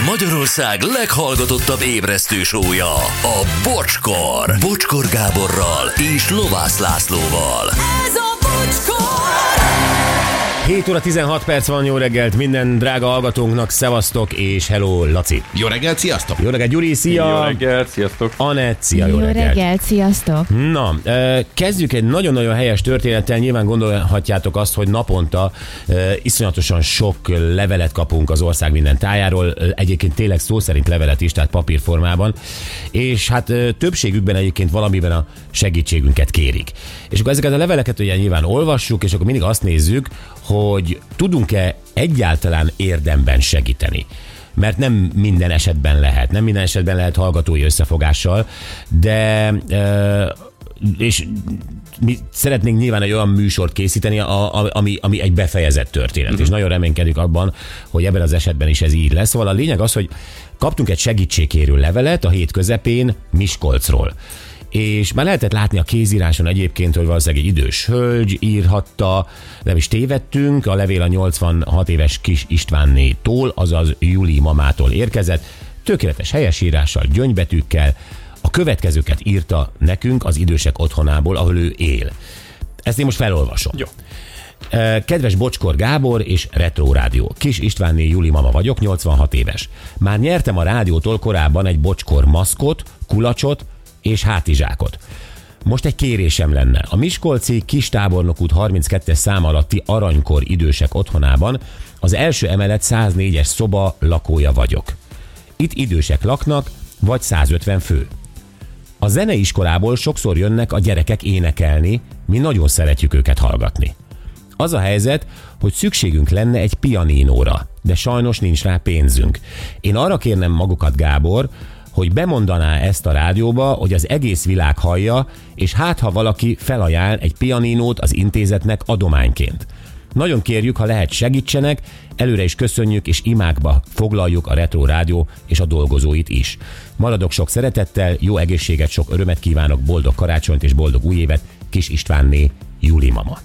Magyarország leghallgatottabb ébresztő show-ja, a Bocskor. Bocskor Gáborral és Lovász Lászlóval. Ez a Bocskor! 7 óra 16 perc van, jó reggelt minden drága hallgatónknak, szevasztok, és hello, Laci. Jó reggelt, sziasztok! Jó reggelt, Gyuri, szia! Jó reggelt, sziasztok! Anett, szia, jó Jó reggelt! reggelt, sziasztok! Na, kezdjük egy nagyon-nagyon helyes történettel. Nyilván gondolhatjátok azt, hogy naponta iszonyatosan sok levelet kapunk az ország minden tájáról, egyébként tényleg szó szerint levelet is, tehát papírformában, és hát többségükben egyébként valamiben a segítségünket kérik. És akkor ezeket a leveleket ugye nyilván olvassuk, és akkor mindig azt nézzük, hogy tudunk-e egyáltalán érdemben segíteni. Mert nem minden esetben lehet hallgatói összefogással, de és mi szeretnénk nyilván egy olyan műsort készíteni, ami egy befejezett történet, és nagyon reménykedünk abban, hogy ebben az esetben is ez így lesz. Szóval a lényeg az, hogy kaptunk egy segítségkérő levelet a hét közepén Miskolcról. És már lehetett látni a kézíráson egyébként, hogy valószínűleg egy idős hölgy írhatta, nem is tévedtünk, a levél a 86 éves Kis Istvánnétól, azaz Juli mamától érkezett, tökéletes helyesírással, gyöngybetűkkel, a következőket írta nekünk az idősek otthonából, ahol ő él. Ezt én most felolvasom. Jó. Kedves Bocskor Gábor és Retro Rádió. Kis Istvánné Juli mama vagyok, 86 éves. Már nyertem a rádiótól korábban egy Bocskor maszkot, kulacsot és hátizsákot. Most egy kérésem lenne. A miskolci Kistábornok út 32-es szám alatti Aranykor idősek otthonában az első emelet 104-es szoba lakója vagyok. Itt idősek laknak, vagy 150 fő. A zeneiskolából sokszor jönnek a gyerekek énekelni, mi nagyon szeretjük őket hallgatni. Az a helyzet, hogy szükségünk lenne egy pianinóra, de sajnos nincs rá pénzünk. Én arra kérnem magukat, Gábor, hogy bemondaná ezt a rádióba, hogy az egész világ hallja, és hát ha valaki felajánl egy pianinót az intézetnek adományként. Nagyon kérjük, ha lehet, segítsenek, előre is köszönjük, és imákba foglaljuk a Retro Rádió és a dolgozóit is. Maradok sok szeretettel, jó egészséget, sok örömet kívánok, boldog karácsonyt és boldog új évet, Kis Istvánné Juli mama.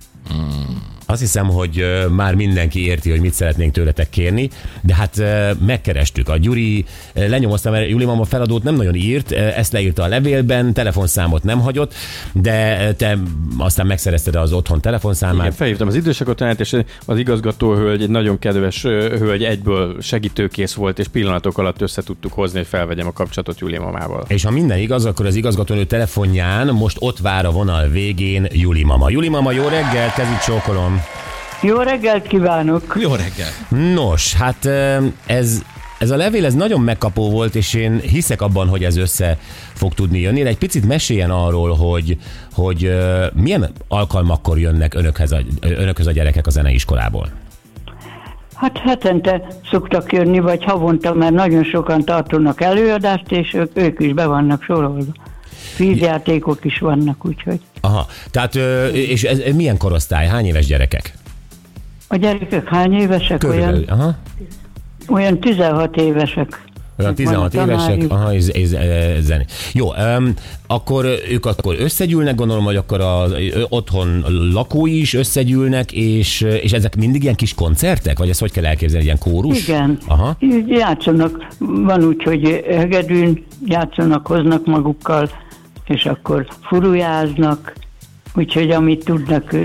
Azt hiszem, hogy már mindenki érti, hogy mit szeretnénk tőletek kérni, de hát megkerestük. A Gyuri lenyomozta, mert Juli mama feladót nem nagyon írt, ezt leírta a levélben, telefonszámot nem hagyott, de te aztán megszerezted az otthon telefonszámát. Igen, felhívtam az idősek otthonát, és az igazgatóhölgy, egy nagyon kedves hölgy, egyből segítőkész volt, és pillanatok alatt össze tudtuk hozni, hogy felvegyem a kapcsolatot Juli mamával. És ha minden igaz, akkor az igazgatónő telefonján most ott vár a vonal végén Juli mama. Juli mama, jó reggel, kezit csókolom. Jó reggelt kívánok! Jó reggelt! Nos, hát ez a levél ez nagyon megkapó volt, és én hiszek abban, hogy ez össze fog tudni jönni. De egy picit meséljen arról, hogy milyen alkalmakkor jönnek önökhöz a gyerekek a zeneiskolából. Hát hetente szoktak jönni, vagy havonta, mert nagyon sokan tartanak előadást, és ők is be vannak sorolva. Vízjátékok is vannak, úgyhogy. Aha, tehát és ez milyen korosztály, hány éves gyerekek? A gyerekek hány évesek? Körülbelül, Olyan 16 évesek. Olyan 16 évesek, zeni. Jó, akkor ők akkor összegyűlnek, gondolom, hogy akkor az otthon lakói is összegyűlnek, és ezek mindig ilyen kis koncertek? Vagy ezt hogy kell elképzelni, ilyen kórus? Igen, aha. Játszanak, van úgy, hogy hegedűn játszanak, hoznak magukkal, és akkor furujáznak, úgyhogy amit tudnak,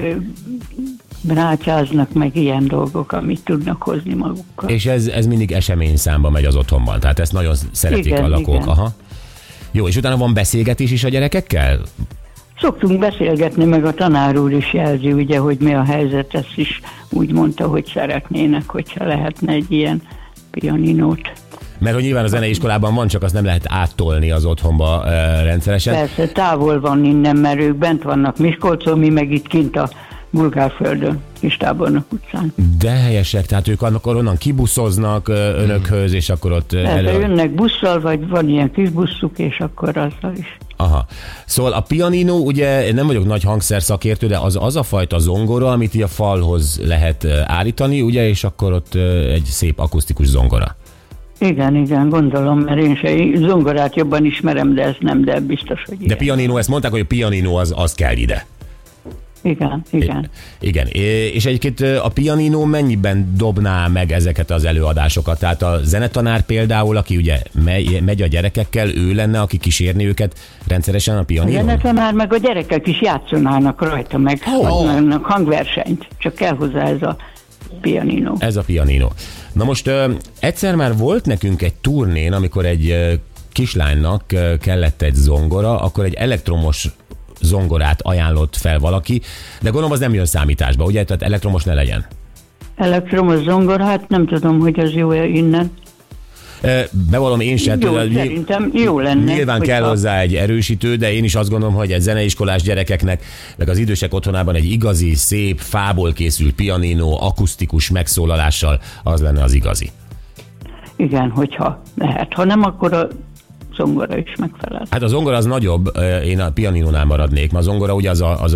rácsáznak, meg ilyen dolgok, amit tudnak hozni magukkal. És ez mindig eseményszámba megy az otthonban, tehát ezt nagyon szeretik igen, a lakók. Igen. Aha. Jó, és utána van beszélgetés is a gyerekekkel? Szoktunk beszélgetni, meg a tanár úr is jelzi, ugye, hogy mi a helyzet, ezt is úgy mondta, hogy szeretnének, hogyha lehetne egy ilyen pianinót. Mert hogy nyilván a zeneiskolában van, csak azt nem lehet áttolni az otthonba rendszeresen. Persze, távol van innen, mert ők bent vannak Miskolcon, mi meg itt kint a Bulgárföldön, Kistábornok utcán. De helyesek, tehát ők akkor onnan kibuszoznak önökhöz, és akkor ott jönnek busszal, vagy van ilyen kis buszuk, és akkor azzal is. Aha. Szóval a pianino, ugye nem vagyok nagy hangszerszakértő, de az a fajta zongora, amit így a falhoz lehet állítani, ugye, és akkor ott egy szép akusztikus zongora. Igen, gondolom, mert én se zongorát jobban ismerem, de ez nem, de biztos, hogy igen. De pianino, ezt mondták, hogy a pianino az kell ide. Igen. Igen, és egyébként a pianino mennyiben dobná meg ezeket az előadásokat? Tehát a zenetanár például, aki ugye megy a gyerekekkel, ő lenne, aki kísérni őket rendszeresen a A pianinon? zenetanár meg a gyerekek is játszanának rajta, meg adnának hangversenyt, csak kell hozzá ez a pianino. Ez a pianino. Na most egyszer már volt nekünk egy turnén, amikor egy kislánynak kellett egy zongora, akkor egy elektromos zongorát ajánlott fel valaki, de gondolom az nem jön számításba, ugye? Tehát elektromos ne legyen. Elektromos zongora, hát nem tudom, hogy az jó-e innen. Bevallom, én sem Jó, tudom. szerintem jó lenne. Nyilván kell hozzá egy erősítő, de én is azt gondolom, hogy egy zeneiskolás gyerekeknek, meg az idősek otthonában egy igazi, szép, fából készült pianino, akusztikus megszólalással, az lenne az igazi. Igen, hogyha lehet. Ha nem, akkor a zongora is megfelel. Hát a zongora az nagyobb, én a pianinónál maradnék, mert a zongora ugye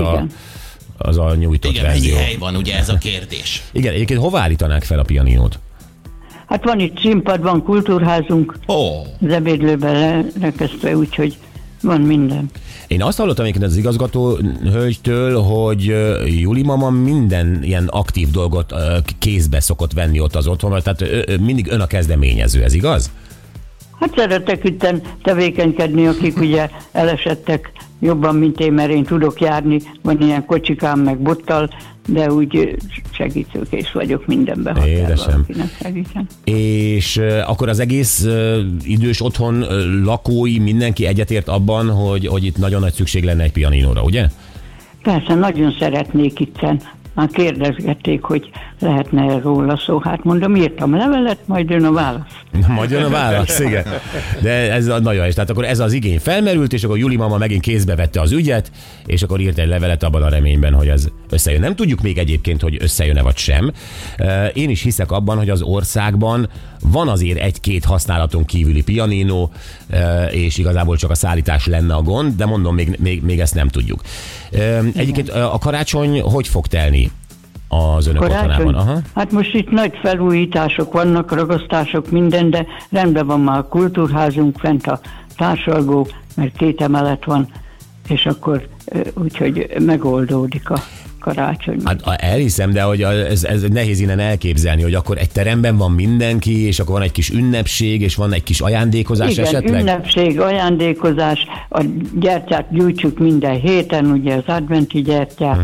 az a nyújtott Igen, mennyi verzió. hely van, ugye ez a kérdés. Igen, egyébként hova állítanák fel a pianinót? Hát van itt színpad, van kultúrházunk, az ebédlőben lerekesztve, úgyhogy van minden. Én azt hallottam egyébként az igazgató hölgytől, hogy Juli mama minden ilyen aktív dolgot kézbe szokott venni ott az otthonban, tehát mindig ön a kezdeményező, ez igaz? Hát szeretek itten tevékenykedni, akik ugye elesettek jobban, mint én, mert én tudok járni, van ilyen kocsikám meg bottal, de úgy segítőkész vagyok mindenben. ha kell Édesem. valakinek segítsen. És akkor az egész idős otthon lakói, mindenki egyetért abban, hogy itt nagyon nagy szükség lenne egy pianinóra, ugye? Persze, nagyon szeretnék itten. Már kérdezgették, hogy lehetne róla szó. Hát mondom, írtam levelet, majd jön a válasz. Majd jön a válasz, igen. De ez nagyon is. Tehát akkor ez az igény felmerült, és akkor Juli mama megint kézbe vette az ügyet, és akkor írt egy levelet abban a reményben, hogy ez összejön. Nem tudjuk még egyébként, hogy összejön-e vagy sem. Én is hiszek abban, hogy az országban van azért egy-két használaton kívüli pianino, és igazából csak a szállítás lenne a gond, de mondom, még ezt nem tudjuk. Egyébként a karácsony hogy fog telni az önök otthonában? Aha. Hát most itt nagy felújítások vannak, ragasztások, minden, de rendben van már a kultúrházunk, fent a társalgó, mert 2 emelet van, és akkor úgyhogy megoldódik a karácsony. Hát elhiszem, de hogy ez nehéz innen elképzelni, hogy akkor egy teremben van mindenki, és akkor van egy kis ünnepség, és van egy kis ajándékozás Igen, esetleg? ünnepség, ajándékozás, a gyertyát gyújtjuk minden héten, ugye az adventi gyertyát,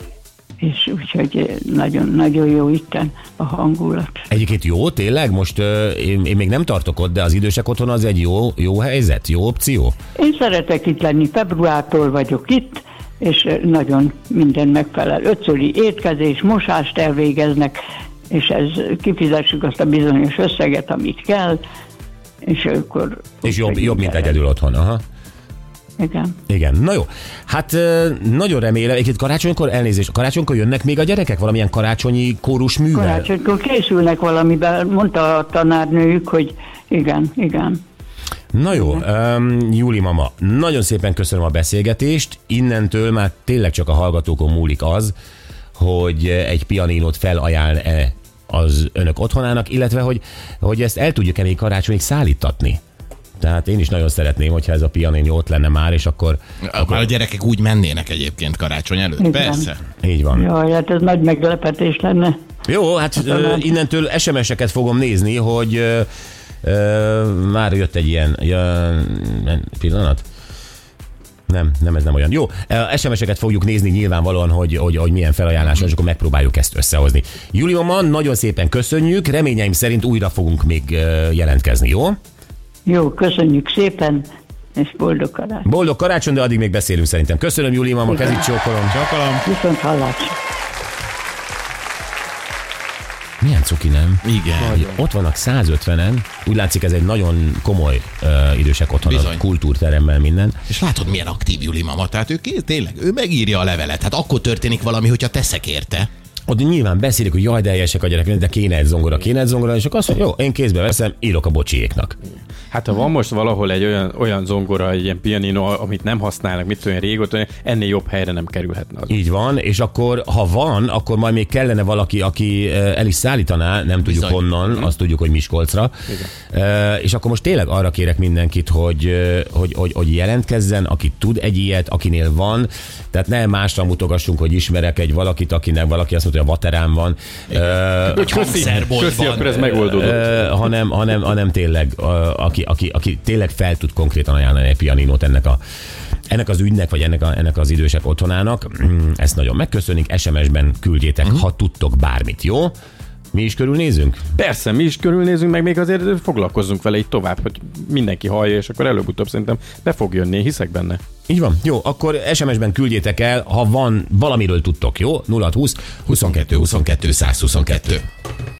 és úgyhogy nagyon jó itten a hangulat. Egyébként jó, tényleg? Most én még nem tartok ott, de az idősek otthon az egy jó helyzet, jó opció? Én szeretek itt lenni, februártól vagyok itt, és nagyon minden megfelel. 5-szöri étkezés, mosást elvégeznek, és ez kifizessük azt a bizonyos összeget, amit kell, és akkor... És jobb mint egyedül otthon, aha. Igen, na jó. Hát nagyon remélem, egyébként karácsonykor, elnézést, karácsonykor jönnek még a gyerekek valamilyen karácsonyi kórus művel? Karácsonykor készülnek valamiben, mondta a tanárnőjük, hogy igen. Na jó, Juli mama, nagyon szépen köszönöm a beszélgetést. Innentől már tényleg csak a hallgatókon múlik az, hogy egy pianinót felajánl-e az önök otthonának, illetve hogy ezt el tudjuk-e még karácsonyig szállítatni. Tehát én is nagyon szeretném, hogyha ez a pianinó ott lenne már, és akkor Már a gyerekek úgy mennének egyébként karácsony előtt, Igen. persze. így van. Jaj, hát ez nagy meglepetés lenne. Jó, hát innentől SMS-eket fogom nézni, hogy már jött egy ilyen pillanat. Nem, ez nem olyan. Jó, SMS-eket fogjuk nézni nyilvánvalóan, hogy milyen felajánlás, és akkor megpróbáljuk ezt összehozni. Juli mama, nagyon szépen köszönjük, reményeim szerint újra fogunk még jelentkezni, jó? Jó, köszönjük szépen, és boldog karácsony. Boldog karácsony, de addig még beszélünk szerintem. Köszönöm, Juli mama, kezit csókolom. Viszont hallásra. Milyen cuki, nem? Igen. Hogy ott vannak 150-en, úgy látszik ez egy nagyon komoly idősek otthon, a Bizony. kultúrteremmel minden. És látod, milyen aktív Juli mama, tehát tényleg, ő megírja a levelet, hát akkor történik valami, hogyha teszek érte. Ott nyilván beszélik, hogy jaj, de helyesek a gyerekek, de kéne egy zongora, és akkor azt mondja, jó, én kézbe veszem, írok a bocsiéknak. Hát Hát ha van most valahol egy olyan zongora, egy ilyen pianino, amit nem használnak, mit olyan régóta, ennél jobb helyre nem kerülhetne az. Így van, és akkor, ha van, akkor majd még kellene valaki, aki el is szállítaná, nem tudjuk honnan, azt tudjuk, hogy Miskolcra. És akkor most tényleg arra kérek mindenkit, hogy jelentkezzen, aki tud egy ilyet, akinél van, tehát ne másra mutogassunk, hogy ismerek egy valakit, akinek valaki azt mondja, hogy a Vaterán van. Köszi, akkor ez megoldódott. Hanem tényleg, aki tényleg fel tud konkrétan ajánlani egy pianinót ennek az ügynek, vagy ennek az idősek otthonának. Ezt nagyon megköszönjük. SMS-ben küldjétek, ha tudtok bármit, jó? Mi is körülnézünk? Persze, mi is körülnézünk, meg még azért foglalkozzunk vele így tovább, hogy mindenki hallja, és akkor előbb-utóbb szerintem be fog jönni, hiszek benne. Így van. Jó, akkor SMS-ben küldjétek el, ha van valamiről tudtok, jó? 0620 22 22 122.